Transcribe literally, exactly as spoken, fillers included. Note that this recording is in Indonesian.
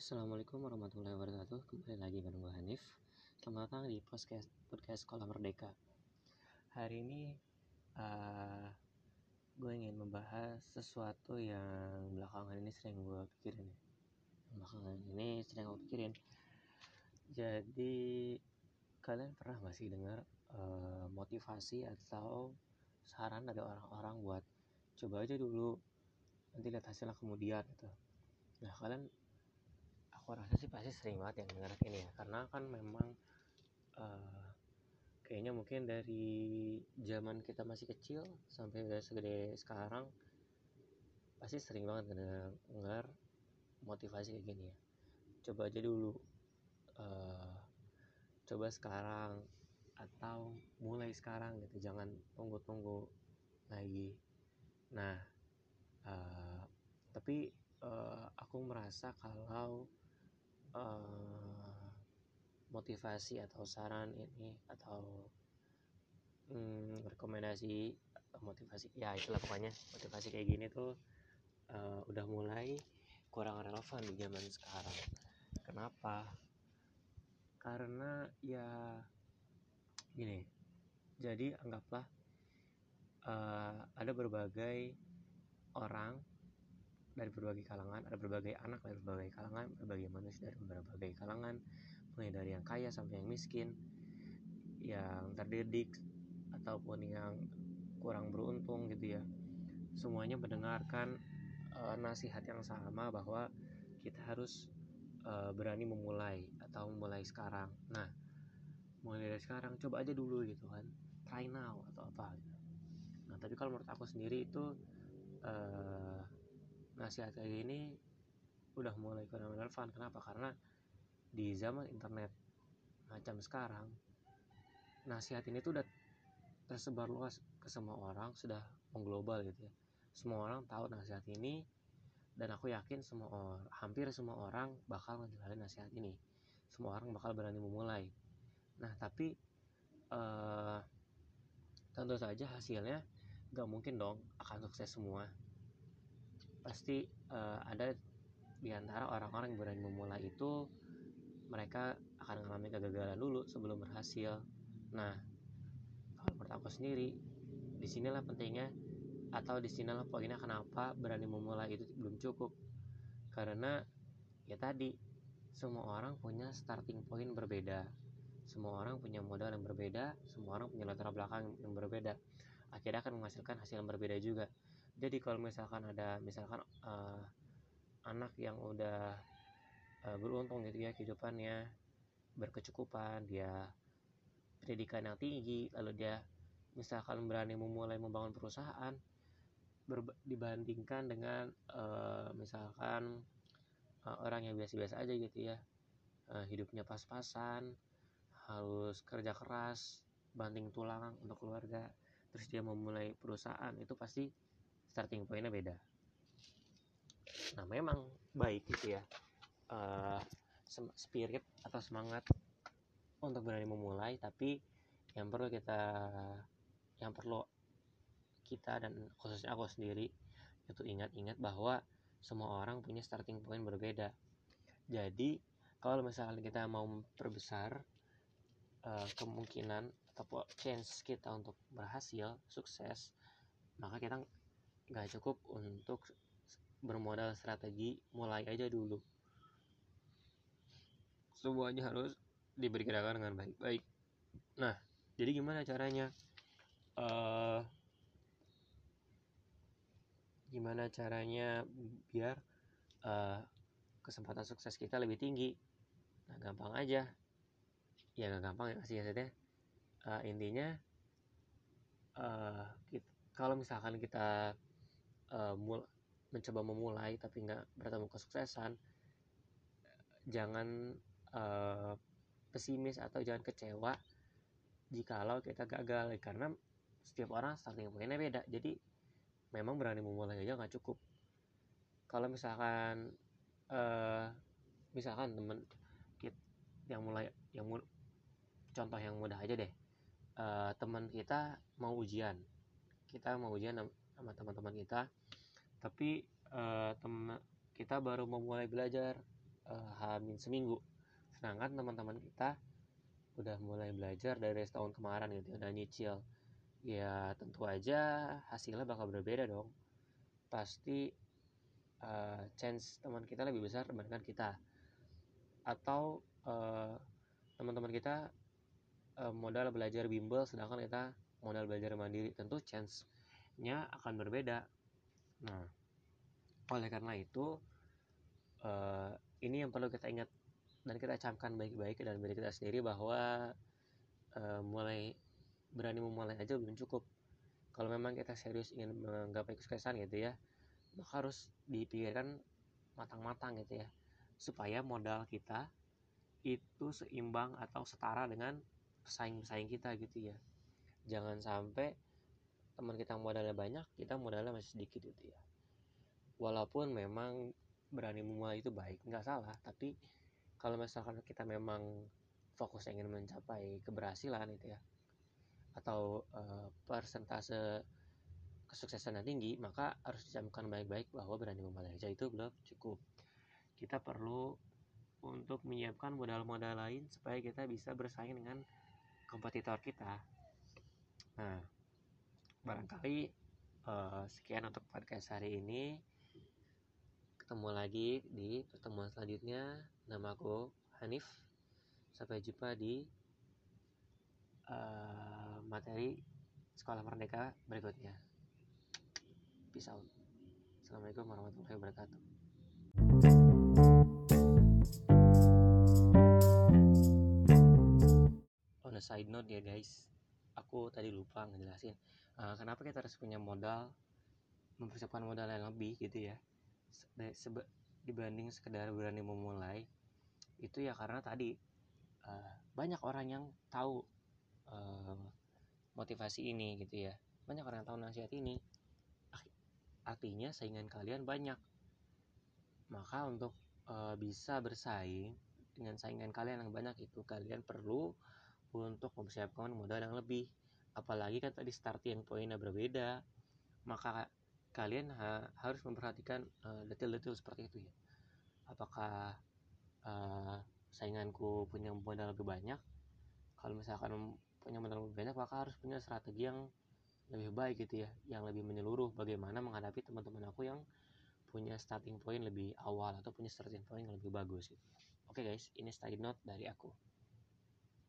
Assalamualaikum warahmatullahi wabarakatuh. Kembali lagi bareng gue Hanif. Selamat datang di podcast podcast Sekolah Merdeka. Hari ini uh, gue ingin membahas sesuatu yang belakangan ini sering gue pikirin ya. Belakangan ini sering gue pikirin. Jadi kalian pernah gak sih dengar uh, motivasi atau saran dari orang-orang buat coba aja dulu, nanti lihat hasilnya kemudian gitu. Nah kalian aku rasa sih pasti sering banget yang denger ini ya, karena kan memang uh, kayaknya mungkin dari zaman kita masih kecil sampai udah segede sekarang pasti sering banget denger motivasi kayak gini ya. Coba aja dulu, uh, coba sekarang, atau mulai sekarang gitu, jangan tunggu-tunggu lagi. Nah uh, tapi uh, aku merasa kalau uh, motivasi atau saran ini atau hmm, rekomendasi motivasi ya itulah pokoknya motivasi kayak gini tuh uh, udah mulai kurang relevan di zaman sekarang. Kenapa? Karena ya gini, jadi anggaplah uh, ada berbagai orang dari berbagai kalangan, ada berbagai anak dari berbagai kalangan, berbagai manusia dari berbagai kalangan, mulai dari yang kaya sampai yang miskin, yang terdidik ataupun yang kurang beruntung gitu ya. Semuanya mendengarkan uh, nasihat yang sama bahwa kita harus uh, berani memulai atau memulai sekarang. Nah, mulai dari sekarang, coba aja dulu gitu kan, try now atau apa gitu. Nah, tapi kalau menurut aku sendiri itu uh, nasihat kayak gini udah mulai kurang relevan. Kenapa? Karena di zaman internet macam sekarang, nasihat ini tuh udah tersebar luas ke semua orang, sudah mengglobal gitu ya. Semua orang tahu nasihat ini, dan aku yakin semua orang, hampir semua orang bakal ngejalanin nasihat ini. Semua orang bakal berani memulai. Nah tapi uh, tentu saja hasilnya gak mungkin dong akan sukses semua. Pasti uh, ada di antara orang-orang yang berani memulai itu mereka akan mengalami kegagalan dulu sebelum berhasil. Nah kalau menurut aku sendiri, disinilah pentingnya atau disinilah poinnya kenapa berani memulai itu belum cukup. Karena ya tadi, semua orang punya starting point berbeda, semua orang punya modal yang berbeda, semua orang punya latar belakang yang berbeda, akhirnya akan menghasilkan hasil yang berbeda juga. Jadi kalau misalkan ada misalkan uh, anak yang udah uh, beruntung gitu ya kehidupannya, berkecukupan, dia pendidikan yang tinggi, lalu dia misalkan berani memulai membangun perusahaan, ber- dibandingkan dengan uh, misalkan uh, orang yang biasa-biasa aja gitu ya, uh, hidupnya pas-pasan, harus kerja keras, banting tulang untuk keluarga, terus dia memulai perusahaan, itu pasti starting pointnya beda. Nah memang baik gitu ya, uh, spirit atau semangat untuk berani memulai, tapi yang perlu kita yang perlu kita dan khususnya aku sendiri itu ingat-ingat bahwa semua orang punya starting point berbeda. Jadi kalau misalnya kita mau memperbesar uh, kemungkinan atau chance kita untuk berhasil sukses, maka kita nggak cukup untuk bermodal strategi mulai aja dulu. Semuanya harus diperkirakan dengan baik-baik. Nah, jadi gimana caranya? Uh, gimana caranya biar uh, kesempatan sukses kita lebih tinggi? Nah, gampang aja. Ya nggak gampang ya sih maksudnya. Uh, intinya, uh, kita, kalau misalkan kita uh, mul- mencoba memulai tapi nggak bertemu kesuksesan, jangan uh, pesimis atau jangan kecewa jikalau kita gagal, karena setiap orang starting pointnya beda. Jadi memang berani memulai aja nggak cukup. Kalau misalkan uh, misalkan temen kita yang mulai yang mul- contoh yang mudah aja deh, uh, teman kita mau ujian kita mau ujian sama teman-teman kita, tapi uh, teman kita baru mau mulai belajar, uh, hamin seminggu, sedangkan teman-teman kita udah mulai belajar dari setahun kemarin gitu, udah nyicil. Ya tentu aja hasilnya bakal berbeda dong. Pasti uh, chance teman kita lebih besar dibandingkan kita. Atau uh, teman-teman kita uh, modal belajar bimbel, sedangkan kita modal belajar mandiri, tentu chance-nya akan berbeda. Nah, oleh karena itu uh, ini yang perlu kita ingat dan kita camkan baik-baik dalam diri kita sendiri, bahwa uh, mulai berani memulai aja belum cukup. Kalau memang kita serius ingin menggapai kesuksesan gitu ya, maka harus dipikirkan matang-matang gitu ya, supaya modal kita itu seimbang atau setara dengan pesaing-pesaing kita gitu ya. Jangan sampai teman kita modalnya banyak, kita modalnya masih sedikit gitu ya. Walaupun memang berani memulai itu baik, nggak salah, tapi kalau misalkan kita memang fokus ingin mencapai keberhasilan itu ya, atau uh, persentase kesuksesan yang tinggi, maka harus dicamkan baik-baik bahwa berani memulai aja itu belum cukup. Kita perlu untuk menyiapkan modal-modal lain supaya kita bisa bersaing dengan kompetitor kita. Nah, barangkali uh, sekian untuk podcast hari ini. Ketemu lagi di pertemuan selanjutnya. Nama aku Hanif. Sampai jumpa di uh, materi Sekolah Merdeka berikutnya. Peace out. Assalamualaikum warahmatullahi wabarakatuh. On a side note ya guys, aku tadi lupa ngejelasin uh, kenapa kita harus punya modal, mempersiapkan modal yang lebih gitu ya, Sebe- dibanding sekedar berani memulai. Itu ya karena tadi uh, banyak orang yang tahu uh, motivasi ini gitu ya, banyak orang yang tahu nasihat ini, artinya saingan kalian banyak. Maka untuk uh, bisa bersaing dengan saingan kalian yang banyak itu, kalian perlu untuk mempersiapkan modal yang lebih. Apalagi kan tadi starting pointnya berbeda, maka kalian ha- harus memperhatikan uh, detail-detail seperti itu ya. Apakah uh, sainganku punya modal lebih banyak? Kalau misalkan punya modal lebih banyak, maka harus punya strategi yang lebih baik gitu ya, yang lebih menyeluruh, bagaimana menghadapi teman-teman aku yang punya starting point lebih awal atau punya starting point yang lebih bagus gitu. Oke guys, ini side note dari aku.